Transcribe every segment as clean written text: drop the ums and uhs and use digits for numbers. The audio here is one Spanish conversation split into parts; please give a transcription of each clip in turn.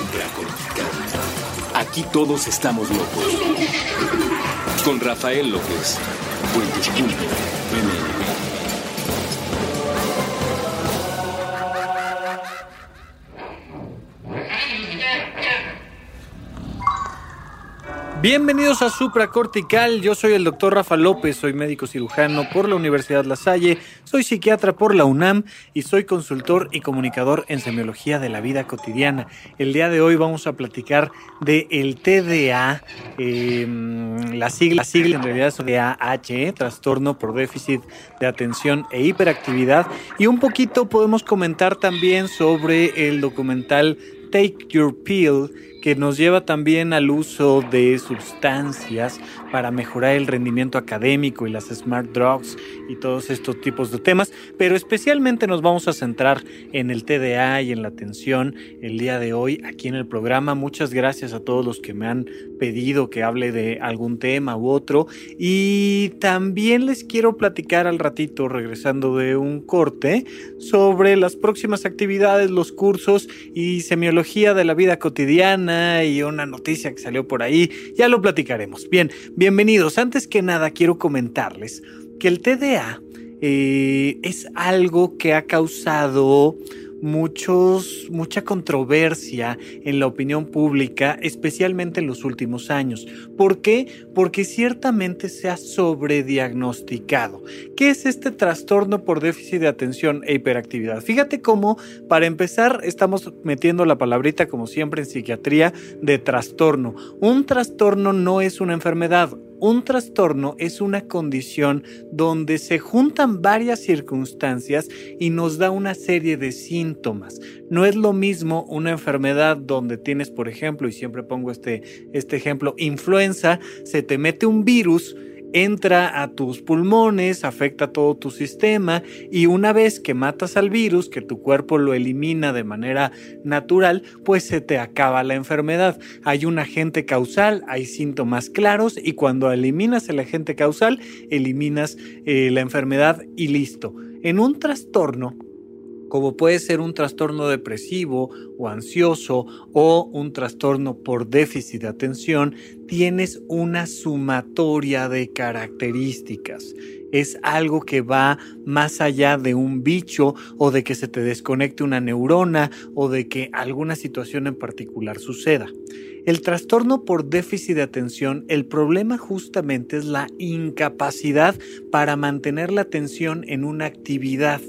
Supracortical. Aquí todos estamos locos. Con Rafael López. Puentes.mx. Bienvenidos a Supracortical, yo soy el doctor Rafa López, soy médico cirujano por la Universidad La Salle, soy psiquiatra por la UNAM y soy consultor y comunicador en semiología de la vida cotidiana. El día de hoy vamos a platicar de el TDA, la sigla en realidad es TDAH, trastorno por déficit de atención e hiperactividad, y un poquito podemos comentar también sobre el documental Take Your Pill, que nos lleva también al uso de sustancias para mejorar el rendimiento académico y las smart drugs y todos estos tipos de temas, pero especialmente nos vamos a centrar en el TDA y en la atención el día de hoy aquí en el programa. Muchas gracias a todos los que me han pedido que hable de algún tema u otro, y también les quiero platicar al ratito, regresando de un corte, sobre las próximas actividades, los cursos y semiología de la vida cotidiana y una noticia que salió por ahí, ya lo platicaremos. Bien, bienvenidos. Antes que nada quiero comentarles que el TDA es algo que ha causado mucha controversia en la opinión pública, especialmente en los últimos años. ¿Por qué? Porque ciertamente se ha sobrediagnosticado. ¿Qué es este trastorno por déficit de atención e hiperactividad? Fíjate cómo, para empezar, estamos metiendo la palabrita, como siempre en psiquiatría, de trastorno. Un trastorno no es una enfermedad. Un trastorno es una condición donde se juntan varias circunstancias y nos da una serie de síntomas. No es lo mismo una enfermedad donde tienes, por ejemplo, y siempre pongo este ejemplo, influenza, se te mete un virus, entra a tus pulmones, afecta todo tu sistema, y una vez que matas al virus, que tu cuerpo lo elimina de manera natural, pues se te acaba la enfermedad. Hay un agente causal, hay síntomas claros, y cuando eliminas el agente causal, eliminas la enfermedad y listo. En un trastorno, como puede ser un trastorno depresivo o ansioso o un trastorno por déficit de atención, tienes una sumatoria de características. Es algo que va más allá de un bicho o de que se te desconecte una neurona o de que alguna situación en particular suceda. El trastorno por déficit de atención, el problema justamente es la incapacidad para mantener la atención en una actividad,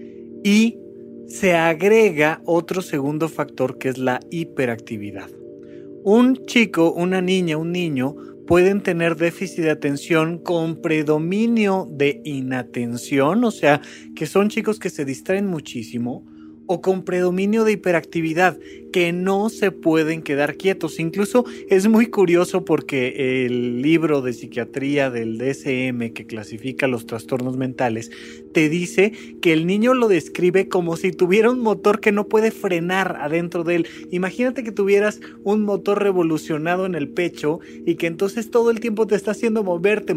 y se agrega otro segundo factor que es la hiperactividad. Un chico, una niña, un niño pueden tener déficit de atención con predominio de inatención, o sea, que son chicos que se distraen muchísimo, o con predominio de hiperactividad, que no se pueden quedar quietos. Incluso es muy curioso porque el libro de psiquiatría del DSM, que clasifica los trastornos mentales, te dice que el niño lo describe como si tuviera un motor que no puede frenar adentro de él. Imagínate que tuvieras un motor revolucionado en el pecho y que entonces todo el tiempo te está haciendo moverte.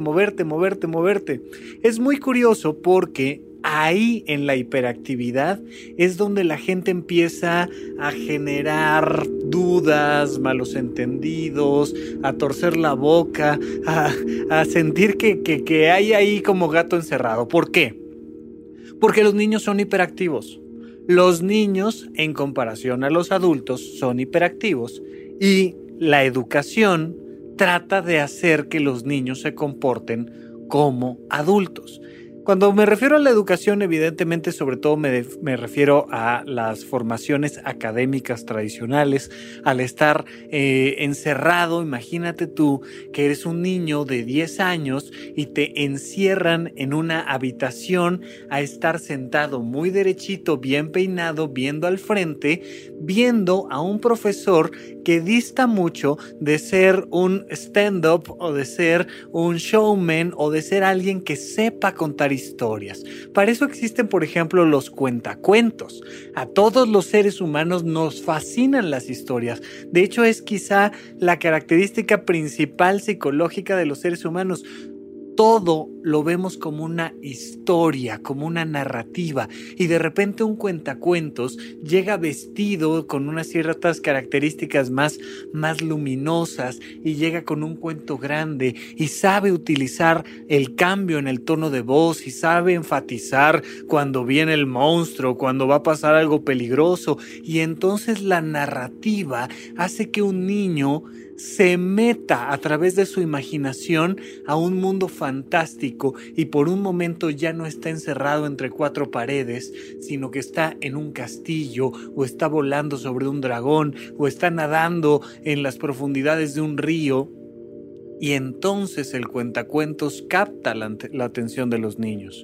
Es muy curioso porque ahí en la hiperactividad es donde la gente empieza a generar dudas, malos entendidos, a torcer la boca, a sentir que hay ahí como gato encerrado. ¿Por qué? Porque los niños son hiperactivos. Los niños, en comparación a los adultos, son hiperactivos, y la educación trata de hacer que los niños se comporten como adultos. Cuando me refiero a la educación, evidentemente, sobre todo me refiero a las formaciones académicas tradicionales. Al estar encerrado, imagínate tú que eres un niño de 10 años y te encierran en una habitación a estar sentado muy derechito, bien peinado, viendo al frente, viendo a un profesor que dista mucho de ser un stand-up o de ser un showman o de ser alguien que sepa contar historias. Para eso existen, por ejemplo, los cuentacuentos. A todos los seres humanos nos fascinan las historias. De hecho, es quizá la característica principal psicológica de los seres humanos. todo lo vemos como una historia, como una narrativa, y de repente un cuentacuentos llega vestido con unas ciertas características más luminosas y llega con un cuento grande y sabe utilizar el cambio en el tono de voz y sabe enfatizar cuando viene el monstruo, cuando va a pasar algo peligroso, y entonces la narrativa hace que un niño se meta a través de su imaginación a un mundo fantástico y por un momento ya no está encerrado entre cuatro paredes, sino que está en un castillo o está volando sobre un dragón o está nadando en las profundidades de un río, y entonces el cuentacuentos capta la atención de los niños.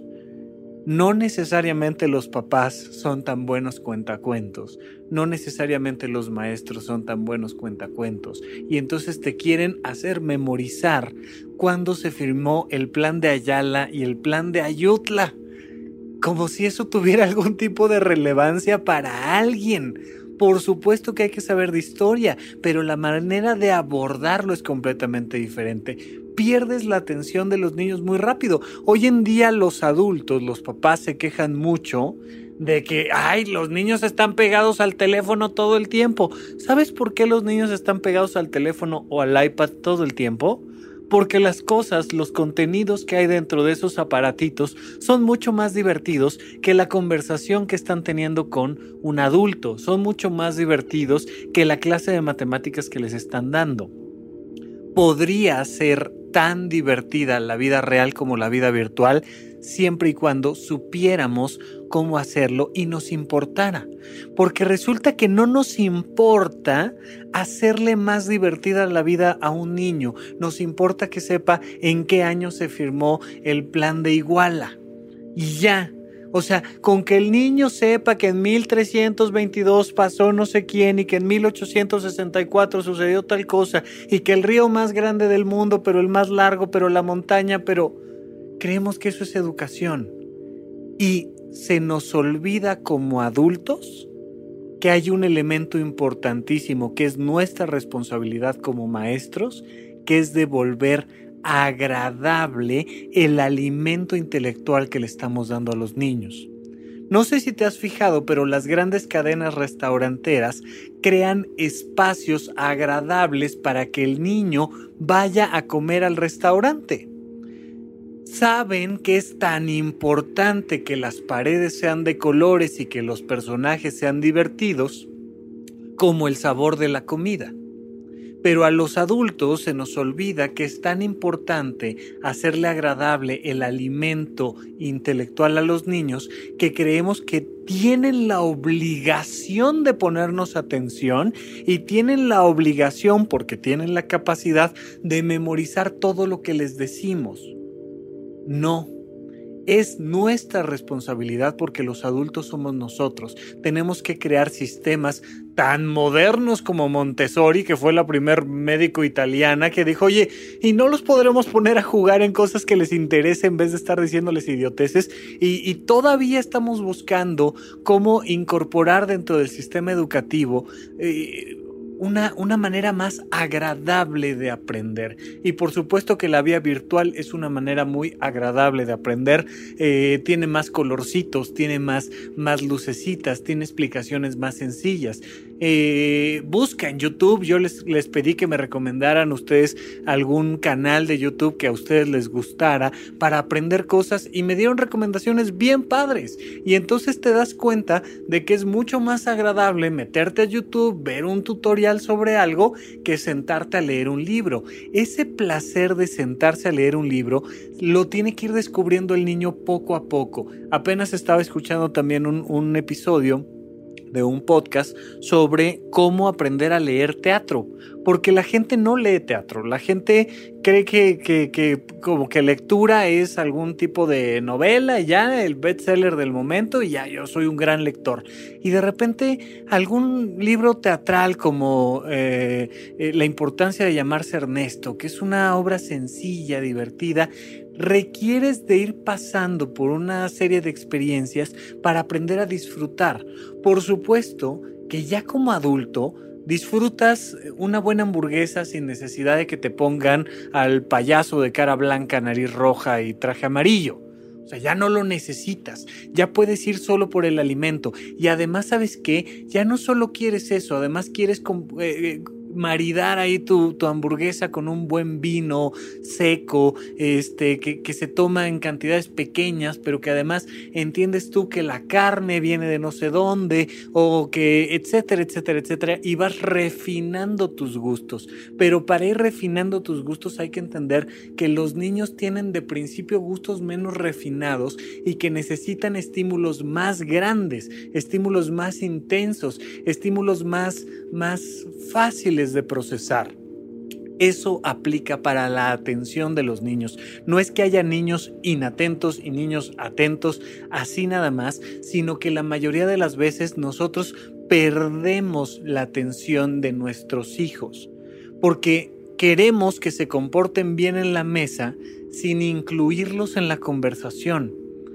No necesariamente los papás son tan buenos cuentacuentos, no necesariamente los maestros son tan buenos cuentacuentos, y entonces te quieren hacer memorizar cuándo se firmó el Plan de Ayala y el Plan de Ayutla, como si eso tuviera algún tipo de relevancia para alguien. Por supuesto que hay que saber de historia, pero la manera de abordarlo es completamente diferente. Pierdes la atención de los niños muy rápido. Hoy en día los adultos, los papás se quejan mucho de que los niños están pegados al teléfono todo el tiempo. ¿Sabes por qué los niños están pegados al teléfono o al iPad todo el tiempo? Porque las cosas, los contenidos que hay dentro de esos aparatitos son mucho más divertidos que la conversación que están teniendo con un adulto. Son mucho más divertidos que la clase de matemáticas que les están dando. Podría ser tan divertida la vida real como la vida virtual siempre y cuando supiéramos cómo hacerlo y nos importara. Porque resulta que no nos importa hacerle más divertida la vida a un niño. Nos importa que sepa en qué año se firmó el Plan de Iguala. Y ya. O sea, con que el niño sepa que en 1322 pasó no sé quién y que en 1864 sucedió tal cosa y que el río más grande del mundo, pero el más largo, pero la montaña, pero creemos que eso es educación. Y se nos olvida como adultos que hay un elemento importantísimo que es nuestra responsabilidad como maestros, que es devolver agradable el alimento intelectual que le estamos dando a los niños. No sé si te has fijado, pero las grandes cadenas restauranteras crean espacios agradables para que el niño vaya a comer al restaurante. Saben que es tan importante que las paredes sean de colores y que los personajes sean divertidos como el sabor de la comida. Pero a los adultos se nos olvida que es tan importante hacerle agradable el alimento intelectual a los niños que creemos que tienen la obligación de ponernos atención y tienen la obligación, porque tienen la capacidad, de memorizar todo lo que les decimos. No. Es nuestra responsabilidad porque los adultos somos nosotros. Tenemos que crear sistemas tan modernos como Montessori, que fue la primer médico italiana que dijo, oye, ¿y no los podremos poner a jugar en cosas que les interese en vez de estar diciéndoles idioteces? Y todavía estamos buscando cómo incorporar dentro del sistema educativo una manera más agradable de aprender. Y por supuesto que la vía virtual es una manera muy agradable de aprender. Tiene más colorcitos, tiene más lucecitas, tiene explicaciones más sencillas. Busca en YouTube. Yo les pedí que me recomendaran ustedes algún canal de YouTube que a ustedes les gustara para aprender cosas y me dieron recomendaciones bien padres. Y entonces te das cuenta de que es mucho más agradable meterte a YouTube, ver un tutorial sobre algo que sentarte a leer un libro. Ese placer de sentarse a leer un libro lo tiene que ir descubriendo el niño poco a poco. Apenas estaba escuchando también un episodio de un podcast sobre cómo aprender a leer teatro, porque la gente no lee teatro, la gente cree que como que lectura es algún tipo de novela y ya el bestseller del momento y ya yo soy un gran lector, y de repente algún libro teatral como La importancia de llamarse Ernesto, que es una obra sencilla, divertida, requieres de ir pasando por una serie de experiencias para aprender a disfrutar. Por supuesto que ya como adulto Disfrutas una buena hamburguesa sin necesidad de que te pongan al payaso de cara blanca, nariz roja y traje amarillo. O sea, ya no lo necesitas, ya puedes ir solo por el alimento. Y además, ¿sabes qué? Ya no solo quieres eso, además quieres maridar ahí tu hamburguesa con un buen vino seco, que se toma en cantidades pequeñas, pero que además entiendes tú que la carne viene de no sé dónde, o que etcétera, etcétera, etcétera, y vas refinando tus gustos. Pero para ir refinando tus gustos hay que entender que los niños tienen de principio gustos menos refinados y que necesitan estímulos más grandes, estímulos más intensos, estímulos más fáciles de procesar. Eso aplica para la atención de los niños. No es que haya niños inatentos y niños atentos así nada más, sino que la mayoría de las veces nosotros perdemos la atención de nuestros hijos porque queremos que se comporten bien en la mesa sin incluirlos en la conversación.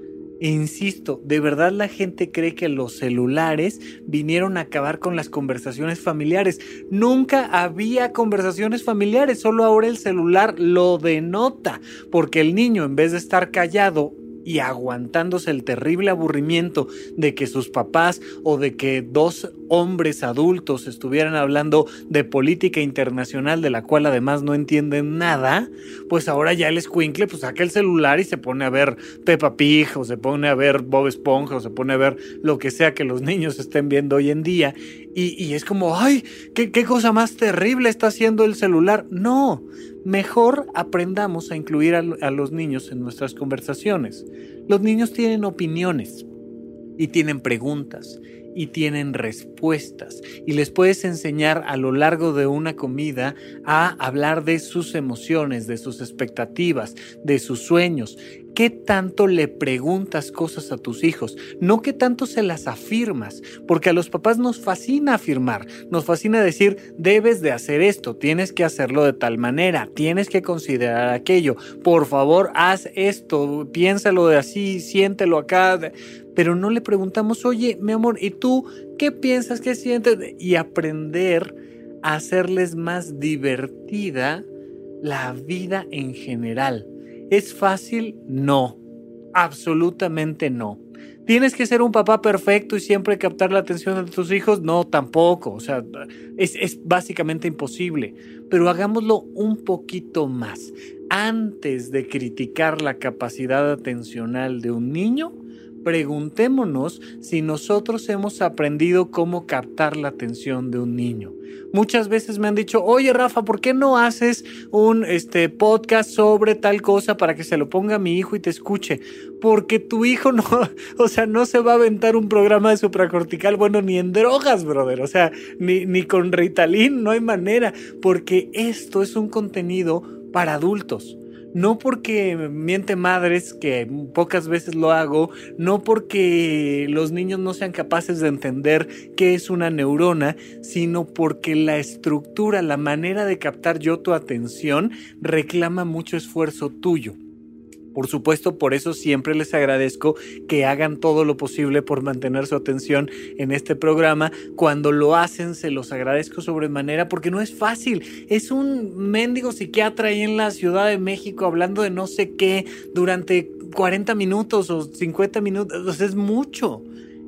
E insisto, de verdad la gente cree que los celulares vinieron a acabar con las conversaciones familiares. Nunca había conversaciones familiares, solo ahora el celular lo denota, porque el niño, en vez de estar callado y aguantándose el terrible aburrimiento de que sus papás o de que dos hombres adultos estuvieran hablando de política internacional de la cual además no entienden nada, pues ahora ya el escuincle pues saca el celular y se pone a ver Peppa Pig o se pone a ver Bob Esponja o se pone a ver lo que sea que los niños estén viendo hoy en día y es como, ¡ay! ¿Qué cosa más terrible está haciendo el celular? No, mejor aprendamos a incluir a los niños en nuestras conversaciones. Los niños tienen opiniones y tienen preguntas y tienen respuestas y les puedes enseñar a lo largo de una comida a hablar de sus emociones, de sus expectativas, de sus sueños. ¿Qué tanto le preguntas cosas a tus hijos? No qué tanto se las afirmas, porque a los papás nos fascina afirmar, nos fascina decir, debes de hacer esto, tienes que hacerlo de tal manera, tienes que considerar aquello, por favor haz esto, piénsalo de así, siéntelo acá, pero no le preguntamos, oye, mi amor, ¿y tú qué piensas, qué sientes? Y aprender a hacerles más divertida la vida en general. ¿Es fácil? No, absolutamente no. ¿Tienes que ser un papá perfecto y siempre captar la atención de tus hijos? No, tampoco. O sea, es básicamente imposible. Pero hagámoslo un poquito más. Antes de criticar la capacidad atencional de un niño, preguntémonos si nosotros hemos aprendido cómo captar la atención de un niño. Muchas veces me han dicho, oye Rafa, ¿por qué no haces un podcast sobre tal cosa para que se lo ponga a mi hijo y te escuche? Porque tu hijo no, o sea, no se va a aventar un programa de supracortical, bueno, ni en drogas, brother, o sea, ni con Ritalin, no hay manera, porque esto es un contenido para adultos. No porque miente madres, que pocas veces lo hago, no porque los niños no sean capaces de entender qué es una neurona, sino porque la estructura, la manera de captar yo tu atención reclama mucho esfuerzo tuyo. Por supuesto, por eso siempre les agradezco que hagan todo lo posible por mantener su atención en este programa. Cuando lo hacen, se los agradezco sobremanera porque no es fácil. Es un mendigo psiquiatra ahí en la Ciudad de México hablando de no sé qué durante 40 minutos o 50 minutos. O sea, es mucho.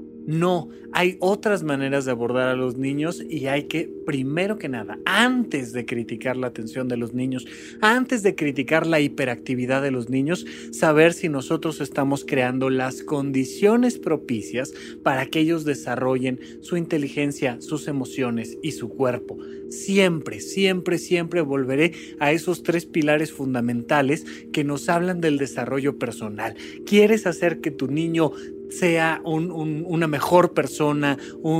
No, hay otras maneras de abordar a los niños y hay que, primero que nada, antes de criticar la atención de los niños, antes de criticar la hiperactividad de los niños, saber si nosotros estamos creando las condiciones propicias para que ellos desarrollen su inteligencia, sus emociones y su cuerpo. Siempre, siempre, siempre volveré a esos 3 pilares fundamentales que nos hablan del desarrollo personal. ¿Quieres hacer que tu niño sea una mejor persona,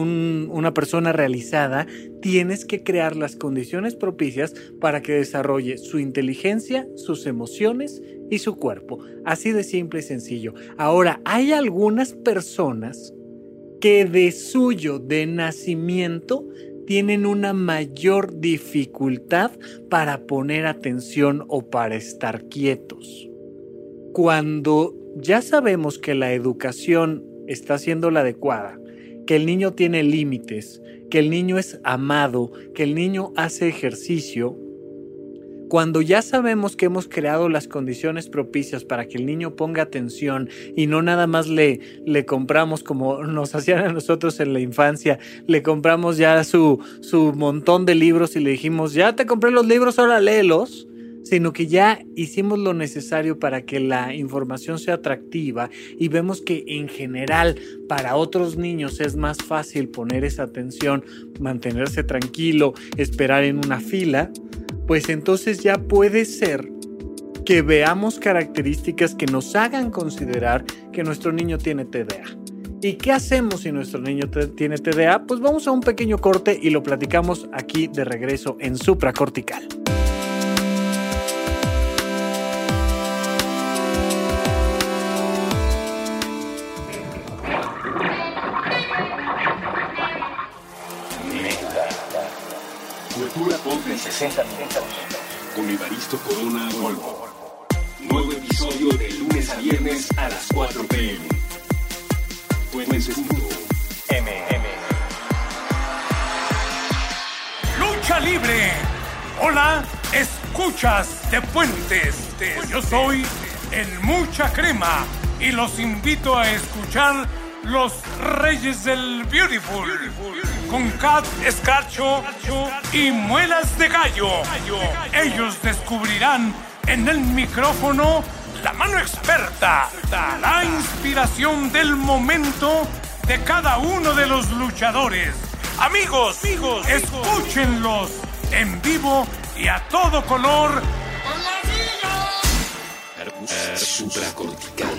una persona realizada? Tienes que crear las condiciones propicias para que desarrolle su inteligencia, sus emociones y su cuerpo. Así de simple y sencillo. Ahora, hay algunas personas que de suyo, de nacimiento, tienen una mayor dificultad para poner atención o para estar quietos. Cuando ya sabemos que la educación está siendo la adecuada que el niño tiene límites, que el niño es amado, que el niño hace ejercicio, cuando ya sabemos que hemos creado las condiciones propicias para que el niño ponga atención y no nada más le compramos como nos hacían a nosotros en la infancia, le compramos ya su montón de libros y le dijimos, ya te compré los libros, ahora léelos, sino que ya hicimos lo necesario para que la información sea atractiva y vemos que en general para otros niños es más fácil poner esa atención, mantenerse tranquilo, esperar en una fila, pues entonces ya puede ser que veamos características que nos hagan considerar que nuestro niño tiene TDA. ¿Y qué hacemos si nuestro niño tiene TDA? Pues vamos a un pequeño corte y lo platicamos aquí de regreso en Supracortical. Cultura Pop en 60 minutos. Con Evaristo Corona Volvo. Nuevo episodio de lunes a viernes a las 4 p.m. Fuentes.mm. ¡Lucha libre! Hola, escuchas de Puentes. Yo soy el Mucha Crema y los invito a escuchar Los Reyes del Beautiful con Cat Escarcho y Muelas de Gallo. Ellos descubrirán en el micrófono la mano experta, la inspiración del momento de cada uno de los luchadores. Amigos, escúchenlos en vivo y a todo color. Supracortical.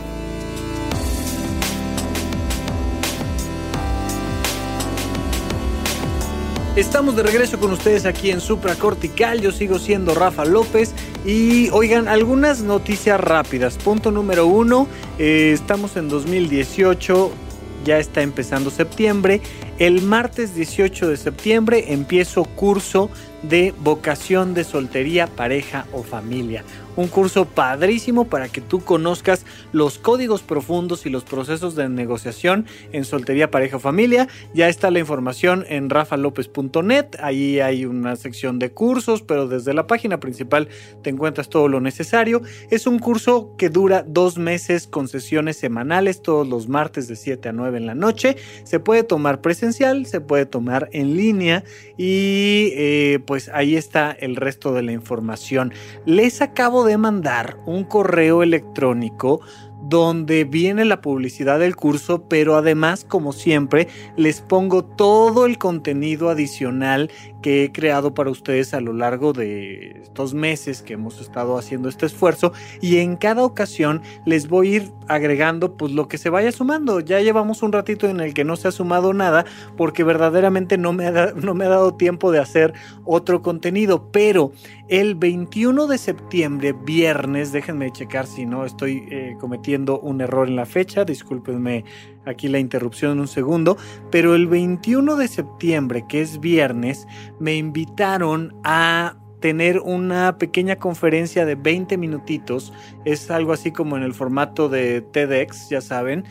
Estamos de regreso con ustedes aquí en Supracortical. Yo sigo siendo Rafa López. Y oigan, algunas noticias rápidas. Punto número 1, estamos en 2018, ya está empezando septiembre. El martes 18 de septiembre empiezo curso de vocación de soltería, pareja o familia. Un curso padrísimo para que tú conozcas los códigos profundos y los procesos de negociación en soltería, pareja o familia. Ya está la información en rafalopez.net. Ahí hay una sección de cursos, pero desde la página principal te encuentras todo lo necesario. Es un curso que dura 2 meses con sesiones semanales, todos los martes de 7 a 9 en la noche. Se puede tomar presencial, se puede tomar en línea y pues ahí está el resto de la información. Les acabo de mandar un correo electrónico donde viene la publicidad del curso, pero además, como siempre, les pongo todo el contenido adicional que he creado para ustedes a lo largo de estos meses que hemos estado haciendo este esfuerzo, y en cada ocasión les voy a ir agregando pues lo que se vaya sumando. Ya llevamos un ratito en el que no se ha sumado nada porque verdaderamente no me ha dado tiempo de hacer otro contenido, pero el 21 de septiembre, viernes, déjenme checar si no estoy cometiendo un error en la fecha, discúlpenme aquí la interrupción en un segundo, pero el 21 de septiembre, que es viernes, me invitaron a tener una pequeña conferencia de 20 minutitos, es algo así como en el formato de TEDx, ya saben.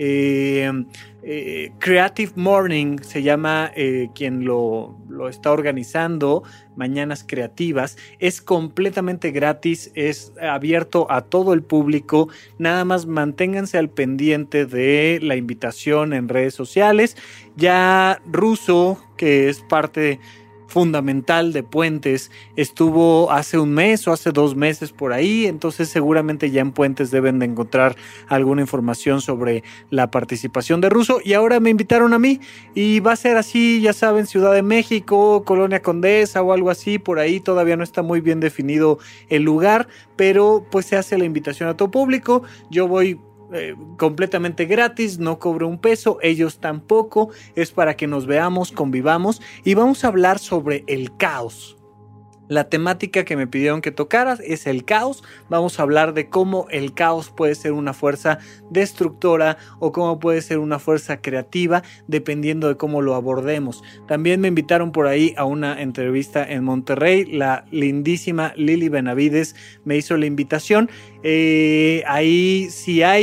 Creative Morning se llama quien lo está organizando, Mañanas Creativas. Es completamente gratis, es abierto a todo el público. Nada más manténganse al pendiente de la invitación en redes sociales. Ya Russo, que es parte fundamental de Puentes, estuvo hace un mes o hace 2 meses por ahí, entonces seguramente ya en Puentes deben de encontrar alguna información sobre la participación de Russo, y ahora me invitaron a mí y va a ser así, ya saben, Ciudad de México, Colonia Condesa o algo así, por ahí todavía no está muy bien definido el lugar, pero pues se hace la invitación a todo público. Yo voy completamente gratis, no cobro un peso, ellos tampoco, es para que nos veamos, convivamos, y vamos a hablar sobre el caos. La temática que me pidieron que tocara es el caos. Vamos a hablar de cómo el caos puede ser una fuerza destructora o cómo puede ser una fuerza creativa, dependiendo de cómo lo abordemos. También me invitaron por ahí a una entrevista en Monterrey. La lindísima Lili Benavides me hizo la invitación. Ahí, si hay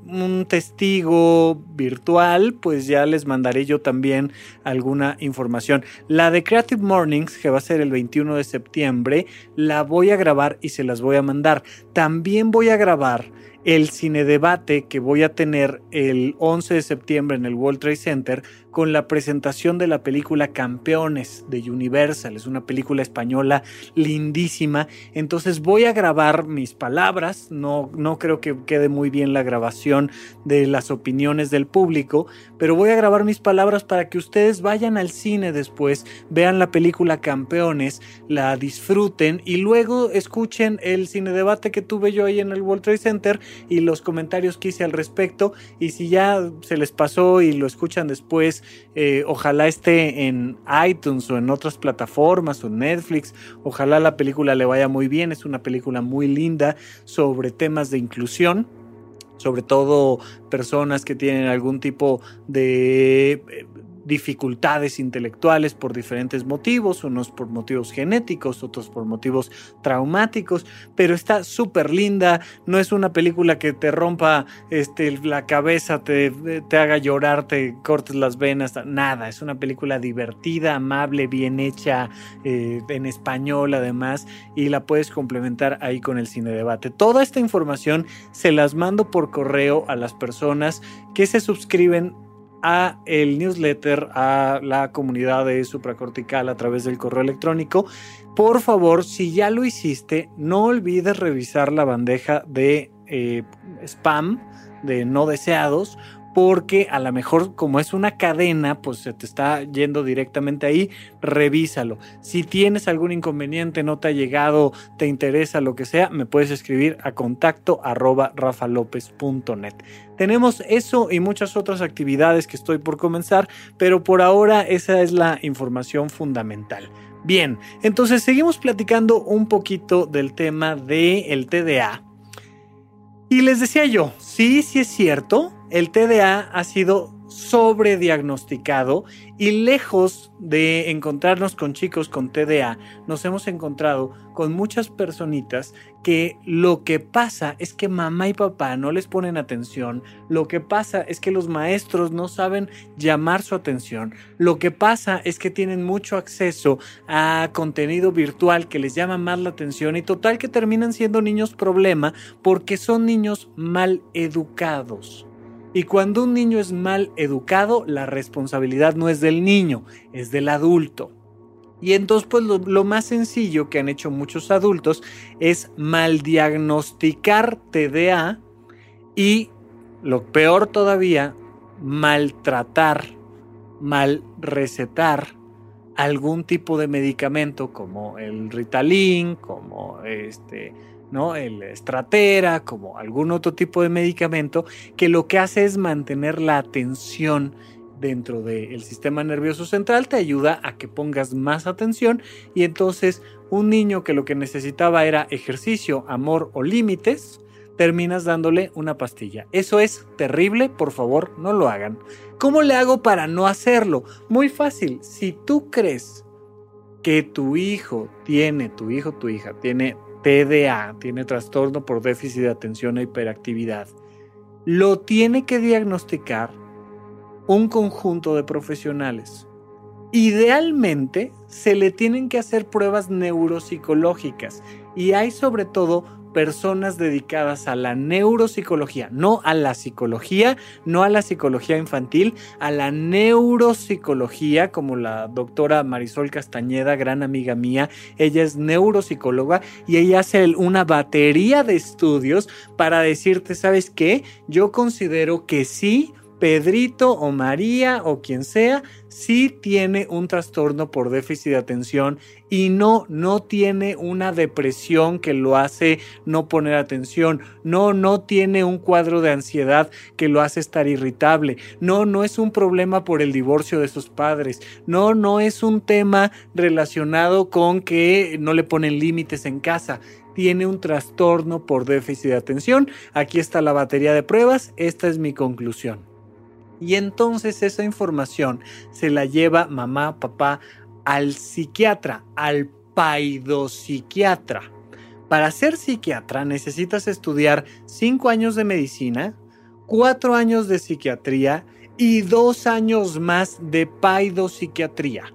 un testigo virtual, pues ya les mandaré yo también alguna información. La de Creative Mornings, que va a ser el 21 de septiembre, la voy a grabar y se las voy a mandar. También voy a grabar el cinedebate que voy a tener el 11 de septiembre en el World Trade Center con la presentación de la película Campeones de Universal. Es una película española lindísima. Entonces voy a grabar mis palabras. No creo que quede muy bien la grabación de las opiniones del público, pero voy a grabar mis palabras para que ustedes vayan al cine después, vean la película Campeones, la disfruten y luego escuchen el cinedebate que tuve yo ahí en el World Trade Center y los comentarios que hice al respecto. Y si ya se les pasó y lo escuchan después, ojalá esté en iTunes o en otras plataformas o en Netflix. Ojalá la película le vaya muy bien. Es una película muy linda sobre temas de inclusión, sobre todo personas que tienen algún tipo de dificultades intelectuales por diferentes motivos, unos por motivos genéticos, otros por motivos traumáticos, pero está súper linda. No es una película que te rompa la cabeza, te haga llorar, te cortes las venas, nada. Es una película divertida, amable, bien hecha, en español además, y la puedes complementar ahí con el cinedebate. Toda esta información se las mando por correo a las personas que se suscriben a el newsletter, a la comunidad de Supracortical a través del correo electrónico. Por favor, si ya lo hiciste, no olvides revisar la bandeja de spam, de no deseados, porque a lo mejor como es una cadena, pues se te está yendo directamente ahí. Revísalo. Si tienes algún inconveniente, no te ha llegado, te interesa, lo que sea, me puedes escribir a contacto@rafalopez.net. Tenemos eso y muchas otras actividades que estoy por comenzar, pero por ahora esa es la información fundamental. Bien, entonces seguimos platicando un poquito del tema del TDA. Y les decía yo, sí es cierto, el TDA ha sido sobrediagnosticado y lejos de encontrarnos con chicos con TDA, nos hemos encontrado con muchas personitas que lo que pasa es que mamá y papá no les ponen atención, lo que pasa es que los maestros no saben llamar su atención, lo que pasa es que tienen mucho acceso a contenido virtual que les llama más la atención y total que terminan siendo niños problema porque son niños mal educados. Y cuando un niño es mal educado, la responsabilidad no es del niño, es del adulto. Y entonces pues lo más sencillo que han hecho muchos adultos es mal diagnosticar TDA y, lo peor todavía, maltratar, mal recetar algún tipo de medicamento como el Ritalin, como ¿no? El Stratera, como algún otro tipo de medicamento que lo que hace es mantener la atención dentro del sistema nervioso central, te ayuda a que pongas más atención y entonces un niño que lo que necesitaba era ejercicio, amor o límites, terminas dándole una pastilla. Eso es terrible, por favor no lo hagan. ¿Cómo le hago para no hacerlo? Muy fácil, si tú crees que tu hijo, tu hija tiene TDA, tiene trastorno por déficit de atención e hiperactividad, lo tiene que diagnosticar un conjunto de profesionales. Idealmente se le tienen que hacer pruebas neuropsicológicas y hay sobre todo personas dedicadas a la neuropsicología, no a la psicología, no a la psicología infantil, a la neuropsicología, como la doctora Marisol Castañeda, gran amiga mía. Ella es neuropsicóloga y ella hace una batería de estudios para decirte, ¿sabes qué? Yo considero que sí, Pedrito o María o quien sea, sí tiene un trastorno por déficit de atención y no tiene una depresión que lo hace no poner atención, no tiene un cuadro de ansiedad que lo hace estar irritable, no es un problema por el divorcio de sus padres, no es un tema relacionado con que no le ponen límites en casa. Tiene un trastorno por déficit de atención. Aquí está la batería de pruebas, esta es mi conclusión. Y entonces esa información se la lleva mamá, papá al psiquiatra, al paidopsiquiatra. Para ser psiquiatra necesitas estudiar 5 años de medicina, 4 años de psiquiatría y 2 años más de paidopsiquiatría.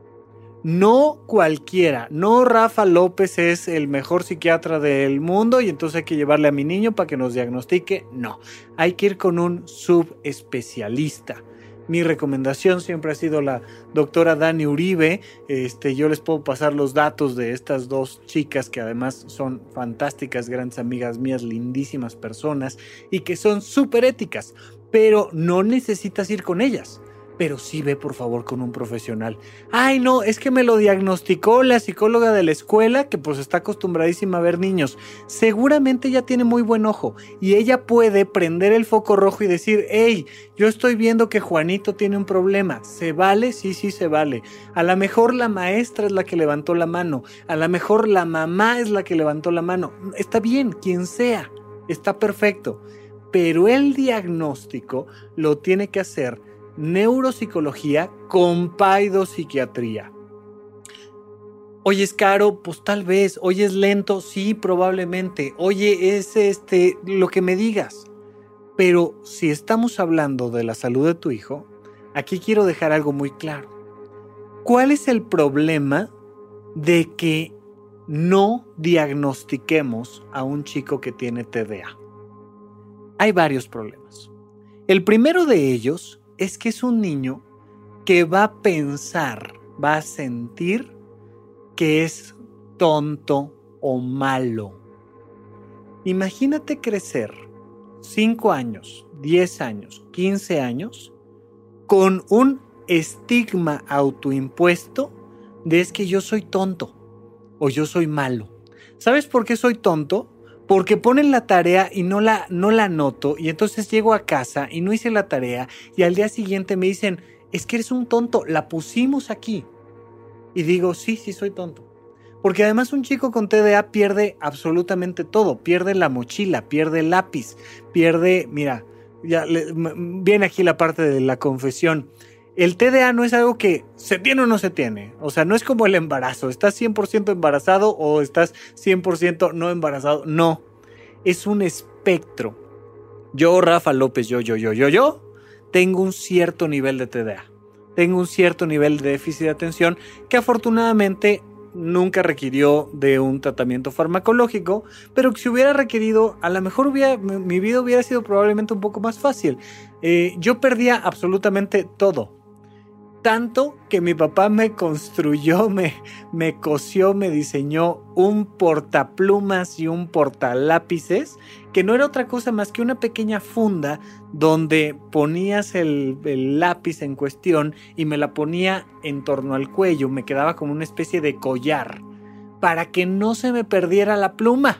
No cualquiera, no Rafa López es el mejor psiquiatra del mundo y entonces hay que llevarle a mi niño para que nos diagnostique. No, hay que ir con un subespecialista. Mi recomendación siempre ha sido la doctora Dani Uribe. Yo les puedo pasar los datos de estas 2 chicas que además son fantásticas, grandes amigas mías, lindísimas personas y que son súper éticas, pero no necesitas ir con ellas. Pero sí ve por favor con un profesional. Ay no, es que me lo diagnosticó la psicóloga de la escuela que pues está acostumbradísima a ver niños. Seguramente ella tiene muy buen ojo y ella puede prender el foco rojo y decir, hey, yo estoy viendo que Juanito tiene un problema. ¿Se vale? Sí, se vale. A lo mejor la maestra es la que levantó la mano. A lo mejor la mamá es la que levantó la mano. Está bien, quien sea. Está perfecto. Pero el diagnóstico lo tiene que hacer neuropsicología con paidopsiquiatría. Oye, es caro, pues tal vez. Oye, es lento, sí, probablemente. Oye, es lo que me digas. Pero si estamos hablando de la salud de tu hijo, aquí quiero dejar algo muy claro. ¿Cuál es el problema de que no diagnostiquemos a un chico que tiene TDA? Hay varios problemas. El primero de ellos es que es un niño que va a pensar, va a sentir que es tonto o malo. Imagínate crecer 5 años, 10 años, 15 años con un estigma autoimpuesto de es que yo soy tonto o yo soy malo. ¿Sabes por qué soy tonto? Porque ponen la tarea y no la anoto y entonces llego a casa y no hice la tarea y al día siguiente me dicen, es que eres un tonto, la pusimos aquí. Y digo, sí, soy tonto. Porque además un chico con TDA pierde absolutamente todo. Pierde la mochila, pierde el lápiz, pierde, mira, viene aquí la parte de la confesión. El TDA no es algo que se tiene o no se tiene. O sea, no es como el embarazo. ¿Estás 100% embarazado o estás 100% no embarazado? No. Es un espectro. Yo, Rafa López, yo, tengo un cierto nivel de TDA. Tengo un cierto nivel de déficit de atención que afortunadamente nunca requirió de un tratamiento farmacológico, pero que si hubiera requerido, a lo mejor mi vida hubiera sido probablemente un poco más fácil. Yo perdía absolutamente todo. Tanto que mi papá me construyó, me cosió, me diseñó un portaplumas y un portalápices que no era otra cosa más que una pequeña funda donde ponías el lápiz en cuestión y me la ponía en torno al cuello, me quedaba como una especie de collar para que no se me perdiera la pluma.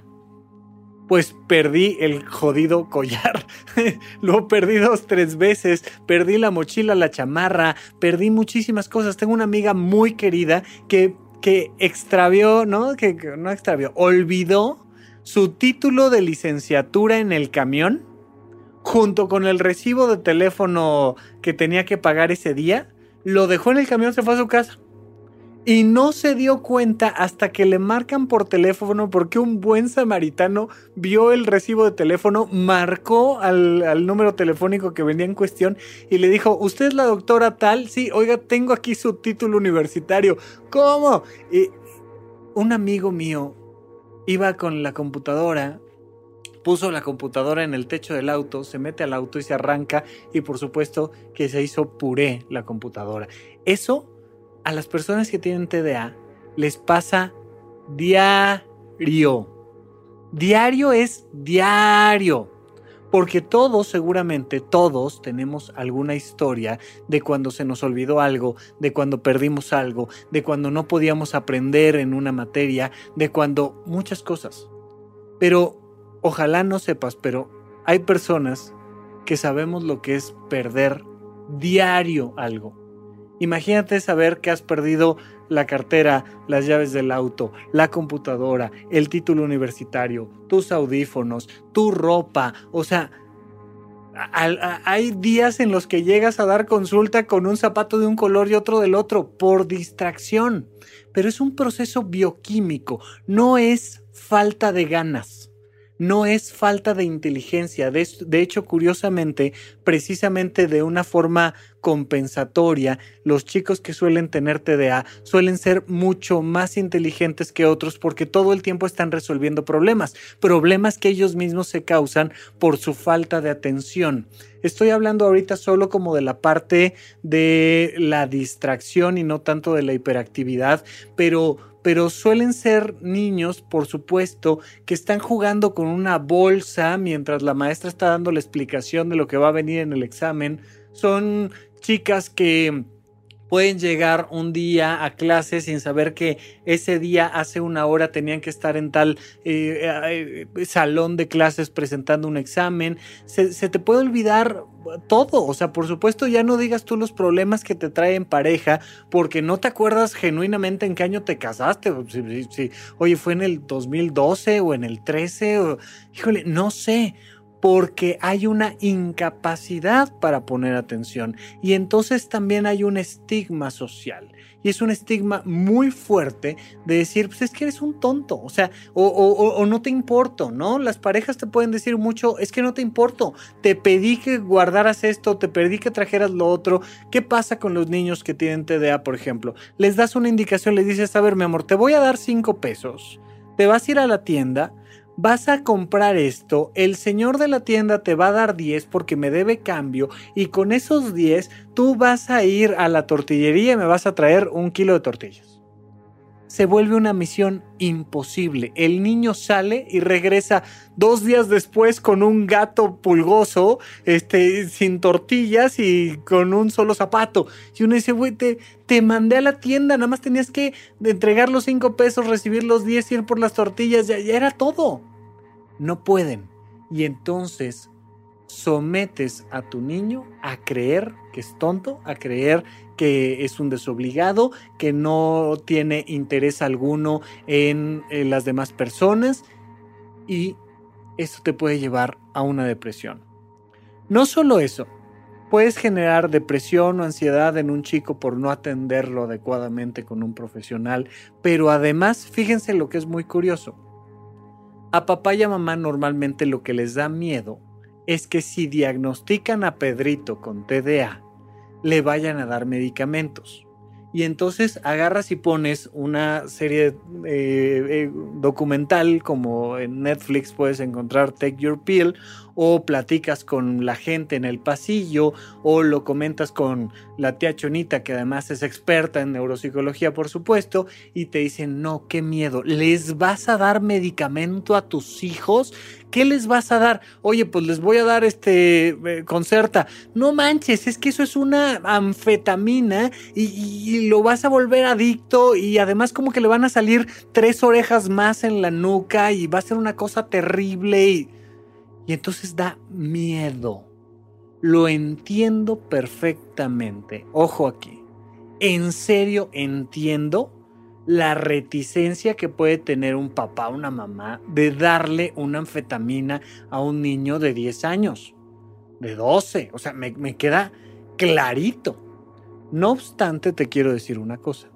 Pues perdí el jodido collar, lo perdí 2-3 veces, perdí la mochila, la chamarra, perdí muchísimas cosas. Tengo una amiga muy querida que extravió, ¿no? Que no extravió, olvidó su título de licenciatura en el camión, junto con el recibo de teléfono que tenía que pagar ese día, lo dejó en el camión, se fue a su casa. Y no se dio cuenta hasta que le marcan por teléfono porque un buen samaritano vio el recibo de teléfono, marcó al número telefónico que venía en cuestión y le dijo, ¿usted es la doctora tal? Sí, oiga, tengo aquí su título universitario. ¿Cómo? Y un amigo mío iba con la computadora, puso la computadora en el techo del auto, se mete al auto y se arranca y por supuesto que se hizo puré la computadora. Eso a las personas que tienen TDA les pasa diario. Diario es diario. Porque todos, seguramente todos, tenemos alguna historia de cuando se nos olvidó algo, de cuando perdimos algo, de cuando no podíamos aprender en una materia, de cuando muchas cosas. Pero ojalá no sepas, pero hay personas que sabemos lo que es perder diario algo. Imagínate saber que has perdido la cartera, las llaves del auto, la computadora, el título universitario, tus audífonos, tu ropa. O sea, hay días en los que llegas a dar consulta con un zapato de un color y otro del otro por distracción. Pero es un proceso bioquímico, no es falta de ganas. No es falta de inteligencia. De hecho, curiosamente, precisamente de una forma compensatoria, los chicos que suelen tener TDA suelen ser mucho más inteligentes que otros porque todo el tiempo están resolviendo problemas que ellos mismos se causan por su falta de atención. Estoy hablando ahorita solo como de la parte de la distracción y no tanto de la hiperactividad, pero suelen ser niños, por supuesto, que están jugando con una bolsa mientras la maestra está dando la explicación de lo que va a venir en el examen. Son chicas que pueden llegar un día a clase sin saber que ese día hace una hora tenían que estar en tal salón de clases presentando un examen. Se te puede olvidar todo. O sea, por supuesto, ya no digas tú los problemas que te trae en pareja porque no te acuerdas genuinamente en qué año te casaste. Si, oye, fue en el 2012 o en el 13 o, híjole, no sé. Porque hay una incapacidad para poner atención y entonces también hay un estigma social y es un estigma muy fuerte de decir, pues es que eres un tonto, o sea, o no te importo, ¿no? Las parejas te pueden decir mucho, es que no te importo, te pedí que guardaras esto, te pedí que trajeras lo otro. ¿Qué pasa con los niños que tienen TDA, por ejemplo? Les das una indicación, les dices, a ver, mi amor, te voy a dar 5 pesos, te vas a ir a la tienda, vas a comprar esto, el señor de la tienda te va a dar 10 porque me debe cambio y con esos 10 tú vas a ir a la tortillería y me vas a traer 1 kilo de tortillas. Se vuelve una misión imposible. El niño sale y regresa 2 días después con un gato pulgoso, sin tortillas y con un solo zapato. Y uno dice, güey, te mandé a la tienda, nada más tenías que entregar los 5 pesos, recibir los 10, ir por las tortillas, ya era todo. No pueden. Y entonces sometes a tu niño a creer que es tonto, a creer que es un desobligado, que no tiene interés alguno en las demás personas y eso te puede llevar a una depresión. No solo eso, puedes generar depresión o ansiedad en un chico por no atenderlo adecuadamente con un profesional, pero además, fíjense lo que es muy curioso. A papá y a mamá normalmente lo que les da miedo es que si diagnostican a Pedrito con TDA, le vayan a dar medicamentos. Y entonces agarras y pones una serie documental como en Netflix puedes encontrar Take Your Pill, o platicas con la gente en el pasillo, o lo comentas con la tía Chonita, que además es experta en neuropsicología, por supuesto, y te dicen, no, qué miedo, ¿les vas a dar medicamento a tus hijos? ¿Qué les vas a dar? Oye, pues les voy a dar Concerta. No manches, es que eso es una anfetamina y lo vas a volver adicto y además como que le van a salir 3 orejas más en la nuca y va a ser una cosa terrible y entonces da miedo. Lo entiendo perfectamente. Ojo aquí. En serio entiendo la reticencia que puede tener un papá o una mamá de darle una anfetamina a un niño de 10 años, de 12. O sea, me queda clarito. No obstante, te quiero decir una cosa.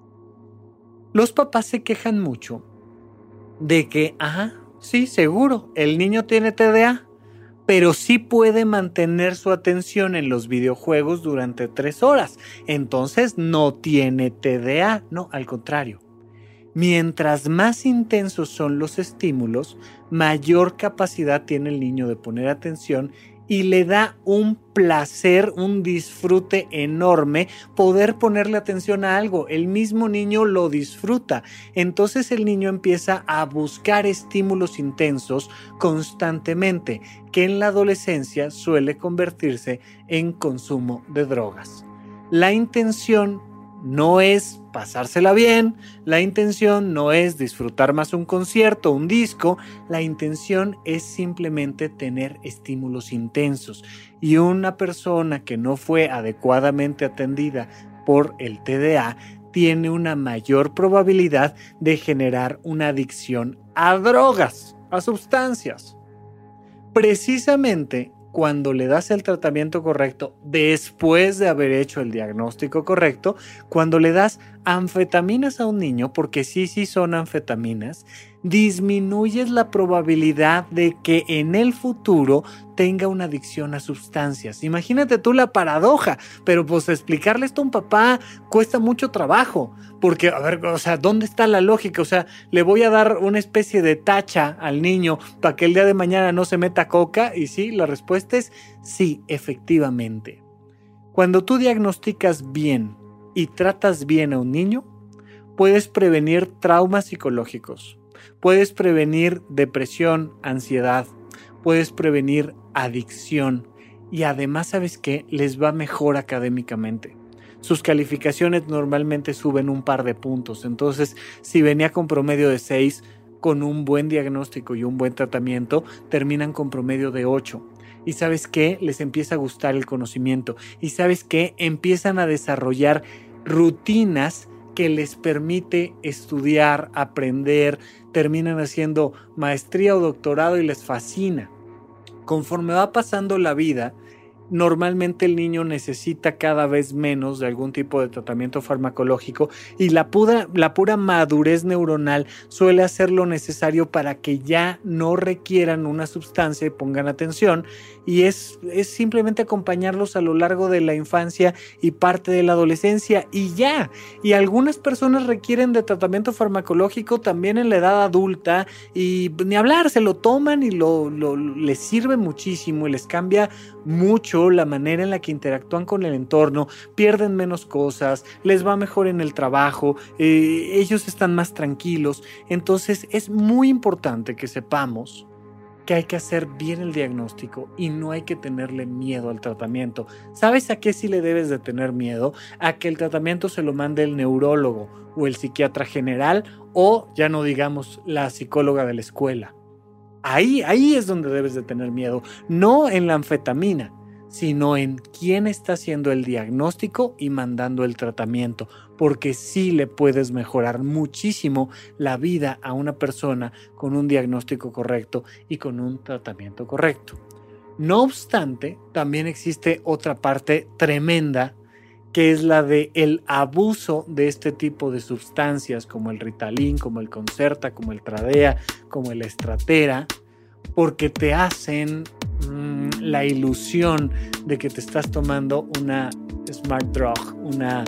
Los papás se quejan mucho de que, sí, seguro, el niño tiene TDA, pero sí puede mantener su atención en los videojuegos durante 3 horas. Entonces no tiene TDA, no, al contrario. Mientras más intensos son los estímulos, mayor capacidad tiene el niño de poner atención y le da un placer, un disfrute enorme poder ponerle atención a algo. El mismo niño lo disfruta. Entonces el niño empieza a buscar estímulos intensos constantemente, que en la adolescencia suele convertirse en consumo de drogas. La intención no es pasársela bien, la intención no es disfrutar más un concierto, un disco, la intención es simplemente tener estímulos intensos. Y una persona que no fue adecuadamente atendida por el TDA tiene una mayor probabilidad de generar una adicción a drogas, a sustancias. Precisamente cuando le das el tratamiento correcto, después de haber hecho el diagnóstico correcto, cuando le das anfetaminas a un niño, porque sí son anfetaminas, disminuyes la probabilidad de que en el futuro tenga una adicción a sustancias. Imagínate tú la paradoja, pero pues explicarle esto a un papá cuesta mucho trabajo, porque, a ver, o sea, ¿dónde está la lógica? O sea, le voy a dar una especie de tacha al niño para que el día de mañana no se meta coca, y sí, la respuesta es sí, efectivamente. Cuando tú diagnosticas bien y tratas bien a un niño, puedes prevenir traumas psicológicos, puedes prevenir depresión, ansiedad, puedes prevenir adicción y además, ¿sabes qué? Les va mejor académicamente. Sus calificaciones normalmente suben un par de puntos, entonces si venía con promedio de 6, con un buen diagnóstico y un buen tratamiento, terminan con promedio de 8. Y ¿sabes qué? Les empieza a gustar el conocimiento. Y ¿sabes qué? Empiezan a desarrollar rutinas que les permite estudiar, aprender, terminan haciendo maestría o doctorado y les fascina. Conforme va pasando la vida, normalmente el niño necesita cada vez menos de algún tipo de tratamiento farmacológico y la pura madurez neuronal suele hacer lo necesario para que ya no requieran una sustancia y pongan atención, y es simplemente acompañarlos a lo largo de la infancia y parte de la adolescencia y ya. Y algunas personas requieren de tratamiento farmacológico también en la edad adulta y ni hablar, se lo toman y les sirve muchísimo y les cambia mucho la manera en la que interactúan con el entorno, pierden menos cosas, les va mejor en el trabajo, ellos están más tranquilos. Entonces es muy importante que sepamos que hay que hacer bien el diagnóstico y no hay que tenerle miedo al tratamiento. ¿Sabes a qué sí le debes de tener miedo? A que el tratamiento se lo mande el neurólogo o el psiquiatra general o, ya no digamos, la psicóloga de la escuela. Ahí es donde debes de tener miedo, no en la anfetamina, sino en quién está haciendo el diagnóstico y mandando el tratamiento, porque sí le puedes mejorar muchísimo la vida a una persona con un diagnóstico correcto y con un tratamiento correcto. No obstante, también existe otra parte tremenda, que es la de el abuso de este tipo de sustancias como el Ritalin, como el Concerta, como el Tradea, como el Estratera, porque te hacen la ilusión de que te estás tomando una smart drug,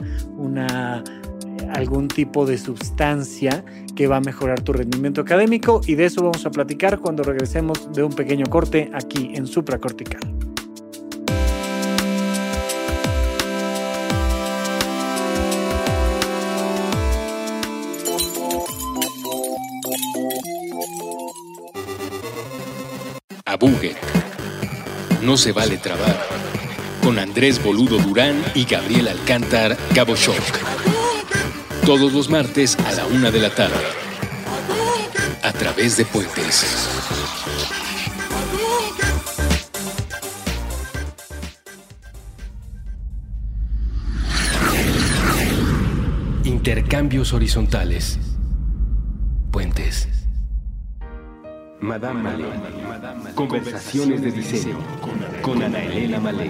algún tipo de sustancia que va a mejorar tu rendimiento académico, y de eso vamos a platicar cuando regresemos de un pequeño corte aquí en Supracortical. Abuget. No se vale trabar. Con Andrés Boludo Durán y Gabriel Alcántar Gabo Shock. Todos los martes a la 1 de la tarde. A través de Puentes. Intercambios horizontales. Puentes. Madame Malé. Conversaciones de diseño con Ana Elena Malé.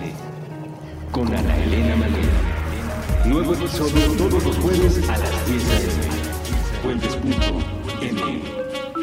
Nuevo episodio todos los jueves a las 10 a.m. Puentes.m.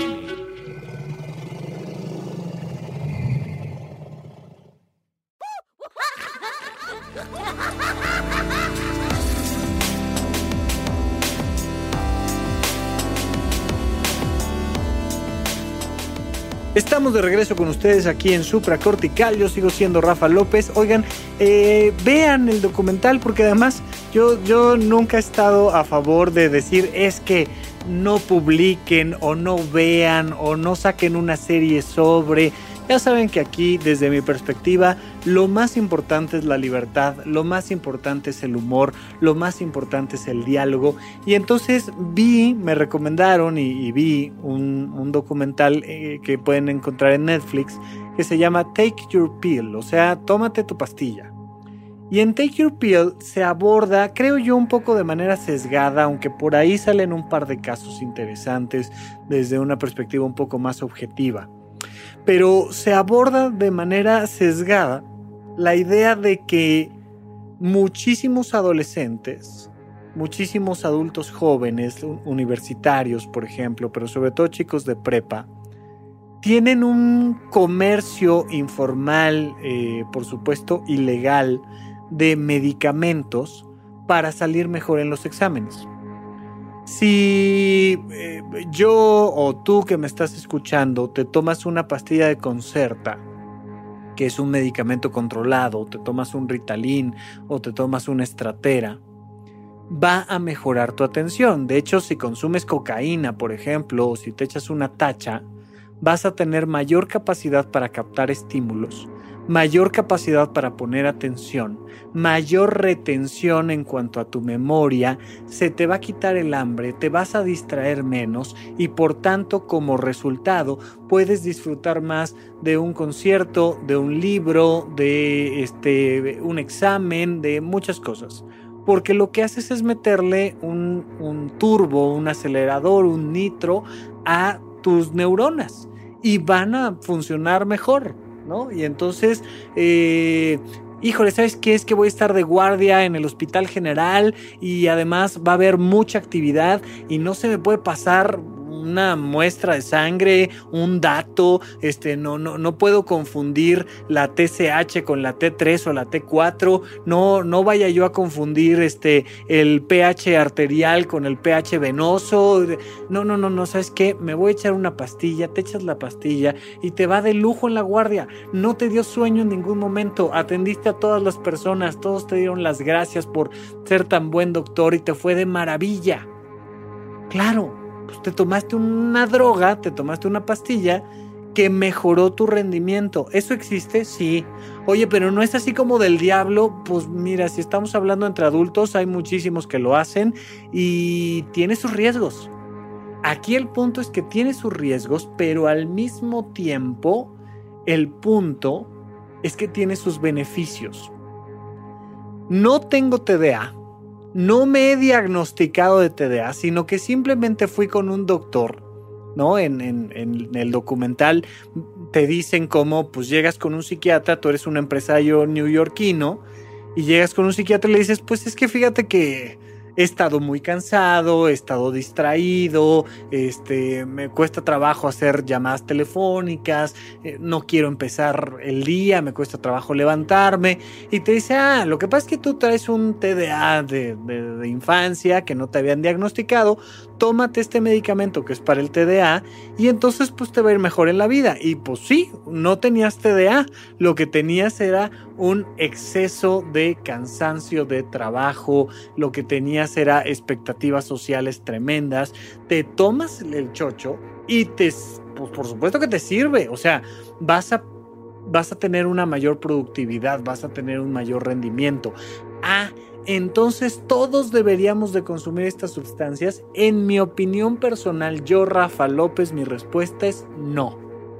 Estamos de regreso con ustedes aquí en Supracortical. Yo sigo siendo Rafa López. Oigan, vean el documental, porque además yo nunca he estado a favor de decir es que no publiquen o no vean o no saquen una serie sobre. Ya saben que aquí, desde mi perspectiva, lo más importante es la libertad, lo más importante es el humor, lo más importante es el diálogo. Y entonces me recomendaron y vi un documental que pueden encontrar en Netflix que se llama Take Your Pill, o sea, tómate tu pastilla. Y en Take Your Pill se aborda, creo yo, un poco de manera sesgada, aunque por ahí salen un par de casos interesantes desde una perspectiva un poco más objetiva. Pero se aborda de manera sesgada la idea de que muchísimos adolescentes muchísimos adultos jóvenes, universitarios, por ejemplo, pero sobre todo chicos de prepa, tienen un comercio informal, por supuesto ilegal, de medicamentos para salir mejor en los exámenes. Si yo o tú que me estás escuchando te tomas una pastilla de Concerta, que es un medicamento controlado, o te tomas un Ritalin o te tomas una Stratera, va a mejorar tu atención. De hecho, si consumes cocaína, por ejemplo, o si te echas una tacha, vas a tener mayor capacidad para captar estímulos, mayor capacidad para poner atención, mayor retención en cuanto a tu memoria, se te va a quitar el hambre, te vas a distraer menos y por tanto como resultado puedes disfrutar más de un concierto, de un libro, de un examen, de muchas cosas. Porque lo que haces es meterle un turbo, un acelerador, un nitro a tus neuronas y van a funcionar mejor, ¿no? Y entonces, híjole, ¿sabes qué? Es que voy a estar de guardia en el Hospital General y además va a haber mucha actividad y no se me puede pasar una muestra de sangre, un dato, no puedo confundir la TSH con la T3 o la T4, no vaya yo a confundir el pH arterial con el pH venoso, no, ¿sabes qué? Me voy a echar una pastilla, te echas la pastilla y te va de lujo en la guardia, no te dio sueño en ningún momento, atendiste a todas las personas, todos te dieron las gracias por ser tan buen doctor y te fue de maravilla. Claro, pues te tomaste una droga, te tomaste una pastilla que mejoró tu rendimiento. ¿Eso existe? Sí. Oye, pero no es así como del diablo. Pues mira, si estamos hablando entre adultos, hay muchísimos que lo hacen y tiene sus riesgos. Aquí el punto es que tiene sus riesgos, pero al mismo tiempo, el punto es que tiene sus beneficios. No tengo TDA. No me he diagnosticado de TDA, sino que simplemente fui con un doctor, ¿no? En el documental te dicen cómo pues llegas con un psiquiatra, tú eres un empresario neoyorquino y llegas con un psiquiatra y le dices, pues es que fíjate que he estado muy cansado, he estado distraído, me cuesta trabajo hacer llamadas telefónicas, no quiero empezar el día, me cuesta trabajo levantarme. Y te dice, lo que pasa es que tú traes un TDA de infancia que no te habían diagnosticado, tómate este medicamento que es para el TDA y entonces pues te va a ir mejor en la vida. Y pues sí, no tenías TDA, lo que tenías era un exceso de cansancio de trabajo, lo que tenías era expectativas sociales tremendas, te tomas el chocho y pues por supuesto que te sirve, o sea, vas a tener una mayor productividad, vas a tener un mayor rendimiento. Entonces todos deberíamos de consumir estas sustancias. En mi opinión personal, yo, Rafa López, mi respuesta es no.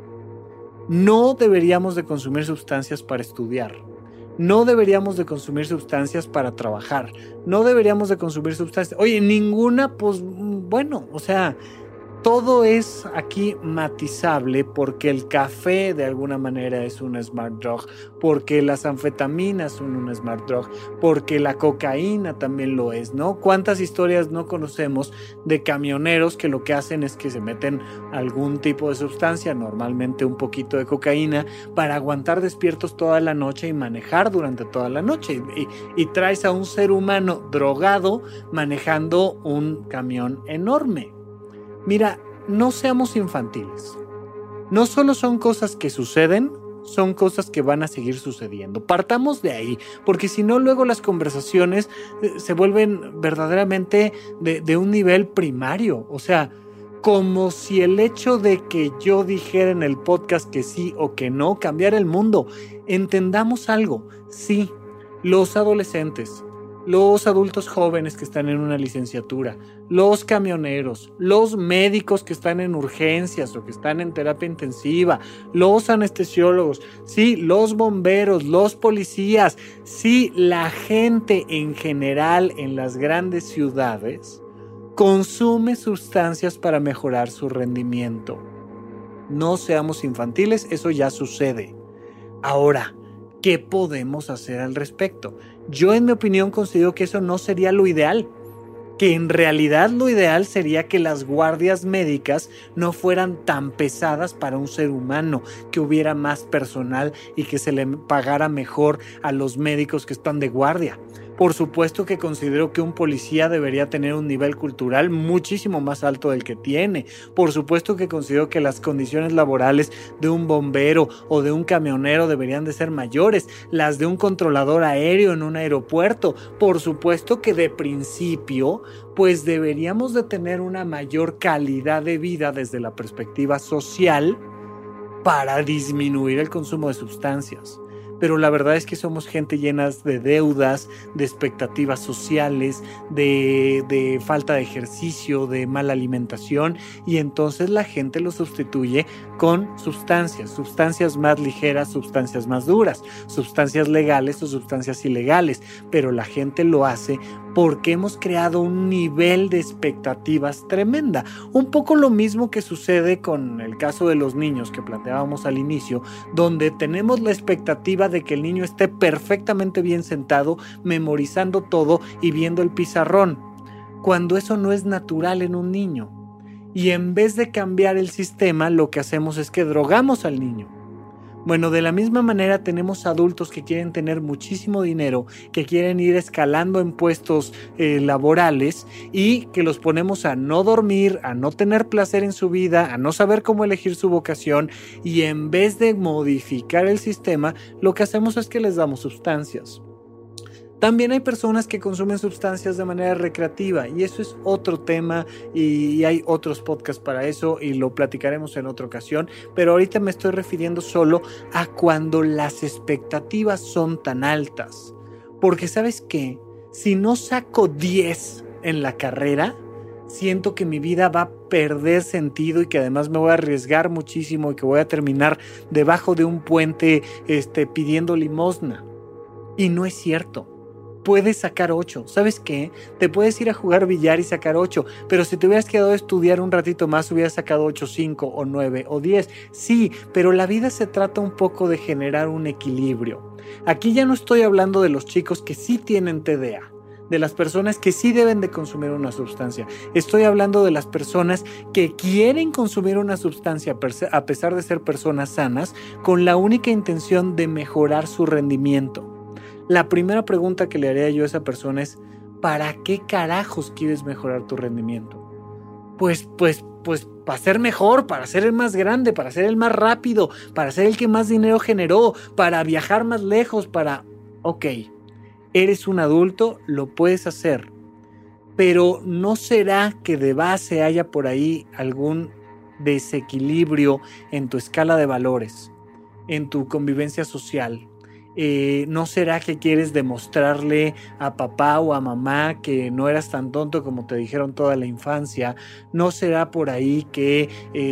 No deberíamos de consumir sustancias para estudiar. No deberíamos de consumir sustancias para trabajar. No deberíamos de consumir sustancias. Oye, ninguna, pues bueno, o sea, todo es aquí matizable porque el café de alguna manera es un smart drug, porque las anfetaminas son un smart drug, porque la cocaína también lo es, ¿no? ¿Cuántas historias no conocemos de camioneros que lo que hacen es que se meten algún tipo de sustancia, normalmente un poquito de cocaína, para aguantar despiertos toda la noche y manejar durante toda la noche? Y traes a un ser humano drogado manejando un camión enorme. Mira, no seamos infantiles. No solo son cosas que suceden, son cosas que van a seguir sucediendo. Partamos de ahí, porque si no, luego las conversaciones se vuelven verdaderamente de un nivel primario. O sea, como si el hecho de que yo dijera en el podcast que sí o que no cambiara el mundo. Entendamos algo. Sí, los adolescentes, los adultos jóvenes que están en una licenciatura, los camioneros, los médicos que están en urgencias o que están en terapia intensiva, los anestesiólogos, sí, los bomberos, los policías, sí, la gente en general en las grandes ciudades consume sustancias para mejorar su rendimiento. No seamos infantiles, eso ya sucede. Ahora, ¿qué podemos hacer al respecto? Yo, en mi opinión, considero que eso no sería lo ideal. que en realidad lo ideal sería que las guardias médicas no fueran tan pesadas para un ser humano, que hubiera más personal y que se le pagara mejor a los médicos que están de guardia. Por supuesto que considero que un policía debería tener un nivel cultural muchísimo más alto del que tiene. Por supuesto que considero que las condiciones laborales de un bombero o de un camionero deberían de ser mayores, las de un controlador aéreo en un aeropuerto. Por supuesto que de principio, pues deberíamos de tener una mayor calidad de vida desde la perspectiva social para disminuir el consumo de sustancias. Pero la verdad es que somos gente llena de deudas, de expectativas sociales, de falta de ejercicio, de mala alimentación, y entonces la gente lo sustituye con sustancias más ligeras, sustancias más duras, sustancias legales o sustancias ilegales, pero la gente lo hace porque hemos creado un nivel de expectativas tremenda. Un poco lo mismo que sucede con el caso de los niños que planteábamos al inicio, donde tenemos la expectativa de que el niño esté perfectamente bien sentado, memorizando todo y viendo el pizarrón, cuando eso no es natural en un niño. Y en vez de cambiar el sistema, lo que hacemos es que drogamos al niño. Bueno, de la misma manera tenemos adultos que quieren tener muchísimo dinero, que quieren ir escalando en puestos laborales y que los ponemos a no dormir, a no tener placer en su vida, a no saber cómo elegir su vocación, y en vez de modificar el sistema, lo que hacemos es que les damos sustancias. También hay personas que consumen sustancias de manera recreativa, y eso es otro tema y hay otros podcasts para eso y lo platicaremos en otra ocasión, pero ahorita me estoy refiriendo solo a cuando las expectativas son tan altas. Porque ¿sabes qué? Si no saco 10 en la carrera, siento que mi vida va a perder sentido y que además me voy a arriesgar muchísimo y que voy a terminar debajo de un puente pidiendo limosna. Y no es cierto. Puedes sacar 8. ¿Sabes qué? Te puedes ir a jugar billar y sacar 8, pero si te hubieras quedado a estudiar un ratito más, hubieras sacado 8, 5 o 9 o 10. Sí, pero la vida se trata un poco de generar un equilibrio. Aquí ya no estoy hablando de los chicos que sí tienen TDA, de las personas que sí deben de consumir una sustancia. Estoy hablando de las personas que quieren consumir una sustancia a pesar de ser personas sanas, con la única intención de mejorar su rendimiento. La primera pregunta que le haría yo a esa persona es: ¿para qué carajos quieres mejorar tu rendimiento? Pues para ser mejor, para ser el más grande, para ser el más rápido, para ser el que más dinero generó, para viajar más lejos, Ok, eres un adulto, lo puedes hacer, pero ¿no será que de base haya por ahí algún desequilibrio en tu escala de valores, en tu convivencia social? ¿No será que quieres demostrarle a papá o a mamá que no eras tan tonto como te dijeron toda la infancia? ¿No será por ahí que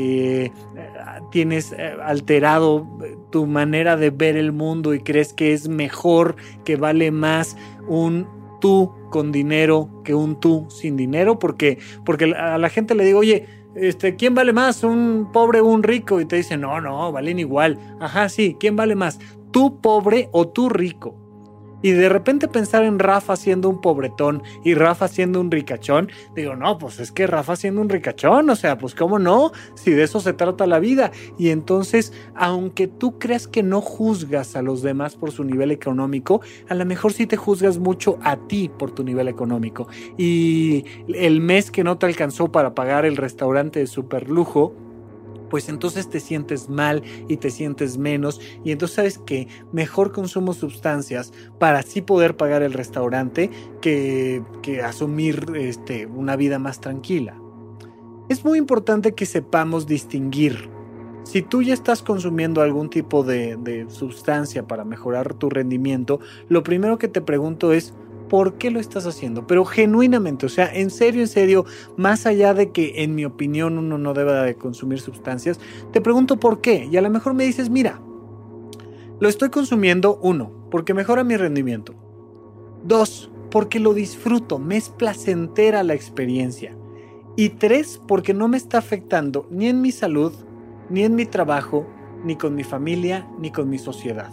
tienes alterado tu manera de ver el mundo y crees que es mejor, que vale más un tú con dinero que un tú sin dinero? Porque a la gente le digo: oye, ¿quién vale más, un pobre o un rico? Y te dicen: no, valen igual. Ajá, sí, ¿quién vale más? ¿Tú pobre o tú rico? Y de repente pensar en Rafa siendo un pobretón y Rafa siendo un ricachón, digo, no, pues es que Rafa siendo un ricachón, o sea, pues cómo no, si de eso se trata la vida. Y entonces, aunque tú creas que no juzgas a los demás por su nivel económico, a lo mejor sí te juzgas mucho a ti por tu nivel económico. Y el mes que no te alcanzó para pagar el restaurante de super lujo, pues entonces te sientes mal y te sientes menos, y entonces sabes que mejor consumo sustancias para así poder pagar el restaurante que asumir una vida más tranquila. Es muy importante que sepamos distinguir. Si tú ya estás consumiendo algún tipo de sustancia para mejorar tu rendimiento, lo primero que te pregunto es: ¿por qué lo estás haciendo? Pero genuinamente, o sea, en serio, más allá de que en mi opinión uno no debe de consumir sustancias, te pregunto por qué. Y a lo mejor me dices: mira, lo estoy consumiendo, 1, porque mejora mi rendimiento. 2, porque lo disfruto, me es placentera la experiencia. Y 3, porque no me está afectando ni en mi salud, ni en mi trabajo, ni con mi familia, ni con mi sociedad.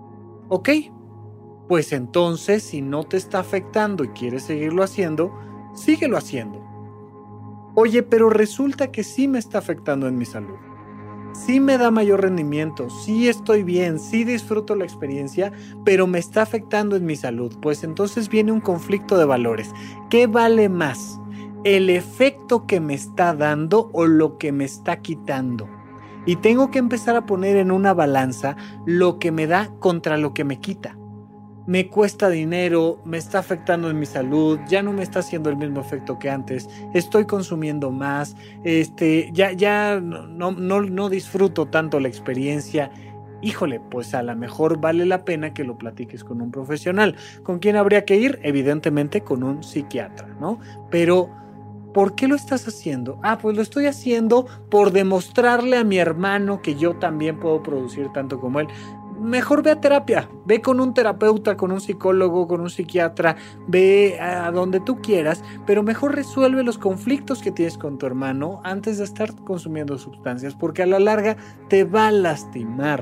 ¿Ok? Pues entonces, si no te está afectando y quieres seguirlo haciendo, síguelo haciendo. Oye, pero resulta que sí me está afectando en mi salud. Sí me da mayor rendimiento, sí estoy bien, sí disfruto la experiencia, pero me está afectando en mi salud. Pues entonces viene un conflicto de valores. ¿Qué vale más? ¿El efecto que me está dando o lo que me está quitando? Y tengo que empezar a poner en una balanza lo que me da contra lo que me quita. Me cuesta dinero, me está afectando en mi salud, ya no me está haciendo el mismo efecto que antes, estoy consumiendo más, ya no disfruto tanto la experiencia. Híjole, pues a lo mejor vale la pena que lo platiques con un profesional. ¿Con quién habría que ir? Evidentemente con un psiquiatra, ¿no? Pero ¿por qué lo estás haciendo? Pues lo estoy haciendo por demostrarle a mi hermano que yo también puedo producir tanto como él. Mejor ve a terapia, ve con un terapeuta, con un psicólogo, con un psiquiatra, ve a donde tú quieras, pero mejor resuelve los conflictos que tienes con tu hermano antes de estar consumiendo sustancias, porque a la larga te va a lastimar.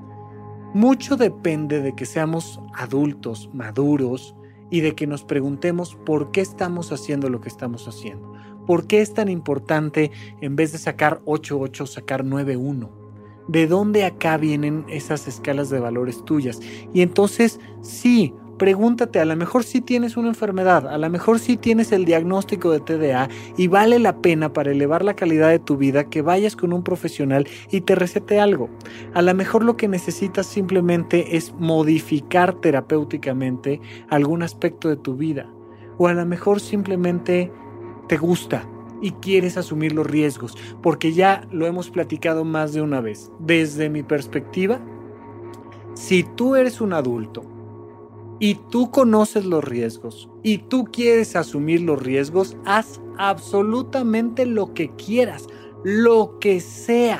Mucho depende de que seamos adultos, maduros, y de que nos preguntemos por qué estamos haciendo lo que estamos haciendo. ¿Por qué es tan importante en vez de sacar 8.8, sacar 9.1? ¿De dónde acá vienen esas escalas de valores tuyas? Y entonces, sí, pregúntate, a lo mejor sí tienes una enfermedad, a lo mejor sí tienes el diagnóstico de TDA y vale la pena para elevar la calidad de tu vida que vayas con un profesional y te recete algo. A lo mejor lo que necesitas simplemente es modificar terapéuticamente algún aspecto de tu vida. O a lo mejor simplemente te gusta y quieres asumir los riesgos, porque ya lo hemos platicado más de una vez. Desde mi perspectiva, si tú eres un adulto y tú conoces los riesgos y tú quieres asumir los riesgos, haz absolutamente lo que quieras, lo que sea.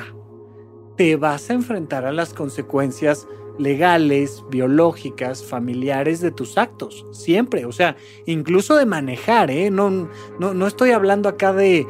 Te vas a enfrentar a las consecuencias legales, biológicas, familiares de tus actos, siempre, o sea, incluso de manejar, no estoy hablando acá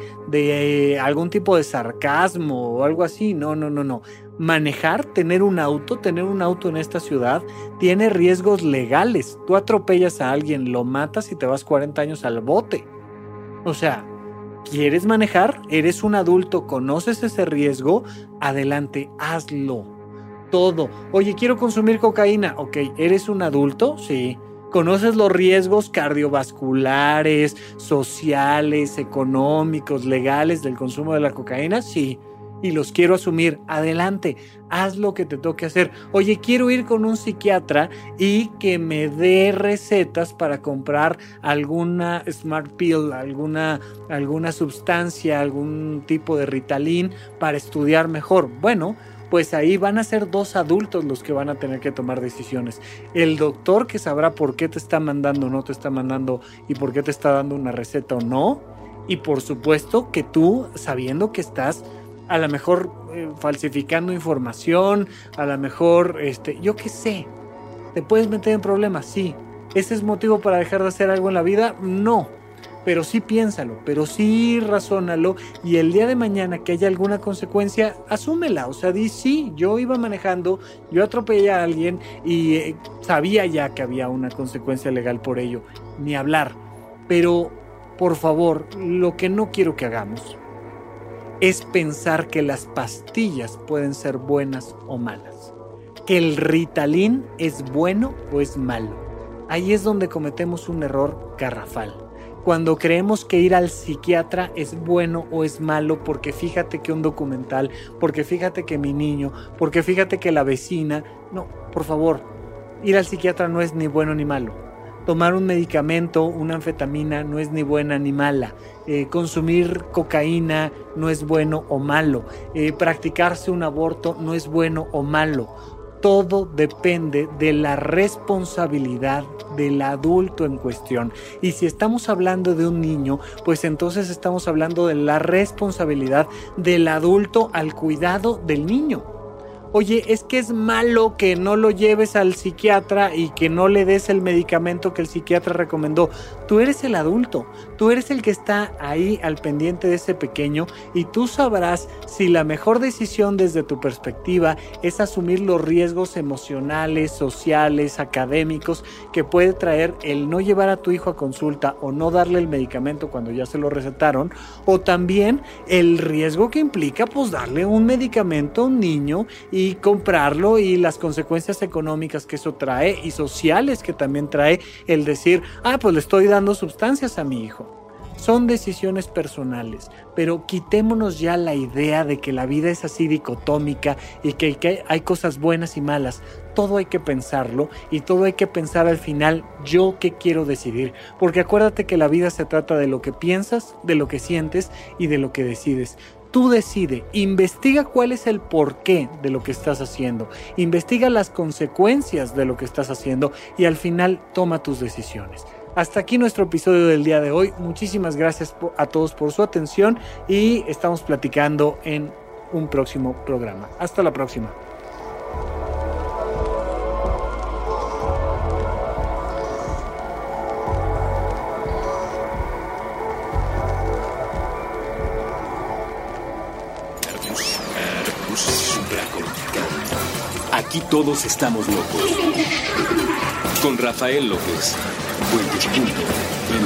de algún tipo de sarcasmo o algo así, no. Manejar, tener un auto en esta ciudad tiene riesgos legales. Tú atropellas a alguien, lo matas y te vas 40 años al bote. O sea, ¿quieres manejar? Eres un adulto, conoces ese riesgo, adelante, hazlo. Todo. Oye, quiero consumir cocaína. Ok, ¿eres un adulto? Sí. ¿Conoces los riesgos cardiovasculares, sociales, económicos, legales del consumo de la cocaína? Sí. Y los quiero asumir. Adelante, haz lo que te toque hacer. Oye, quiero ir con un psiquiatra y que me dé recetas para comprar alguna Smart Pill, alguna sustancia, algún tipo de Ritalin para estudiar mejor. Bueno, pues ahí van a ser 2 adultos los que van a tener que tomar decisiones. El doctor, que sabrá por qué te está mandando o no te está mandando y por qué te está dando una receta o no. Y por supuesto que tú, sabiendo que estás a lo mejor falsificando información, a lo mejor, yo qué sé, te puedes meter en problemas, sí. ¿Ese es motivo para dejar de hacer algo en la vida? No. Pero sí piénsalo, pero sí razónalo, y el día de mañana que haya alguna consecuencia, asúmela. O sea, di, sí, yo iba manejando, yo atropellé a alguien y sabía ya que había una consecuencia legal por ello, ni hablar. Pero, por favor, lo que no quiero que hagamos es pensar que las pastillas pueden ser buenas o malas, que el Ritalin es bueno o es malo. Ahí es donde cometemos un error garrafal. Cuando creemos que ir al psiquiatra es bueno o es malo, porque fíjate que un documental, porque fíjate que mi niño, porque fíjate que la vecina. No, por favor, ir al psiquiatra no es ni bueno ni malo. Tomar un medicamento, una anfetamina, no es ni buena ni mala. Consumir cocaína no es bueno o malo. Practicarse un aborto no es bueno o malo. Todo depende de la responsabilidad del adulto en cuestión. Y si estamos hablando de un niño, pues entonces estamos hablando de la responsabilidad del adulto al cuidado del niño. Oye, es que es malo que no lo lleves al psiquiatra y que no le des el medicamento que el psiquiatra recomendó. Tú eres el adulto, tú eres el que está ahí al pendiente de ese pequeño y tú sabrás si la mejor decisión desde tu perspectiva es asumir los riesgos emocionales, sociales, académicos que puede traer el no llevar a tu hijo a consulta o no darle el medicamento cuando ya se lo recetaron, o también el riesgo que implica pues darle un medicamento a un niño y comprarlo y las consecuencias económicas que eso trae y sociales que también trae el decir, pues le estoy dando sustancias a mi hijo. Son decisiones personales, pero quitémonos ya la idea de que la vida es así dicotómica y que hay cosas buenas y malas. Todo hay que pensarlo y todo hay que pensar al final yo qué quiero decidir, porque acuérdate que la vida se trata de lo que piensas, de lo que sientes y de lo que decides. Tú decide, investiga cuál es el porqué de lo que estás haciendo, investiga las consecuencias de lo que estás haciendo y al final toma tus decisiones. Hasta aquí nuestro episodio del día de hoy. Muchísimas gracias a todos por su atención y estamos platicando en un próximo programa. Hasta la próxima. Aquí todos estamos locos. Con Rafael López. Fuentes.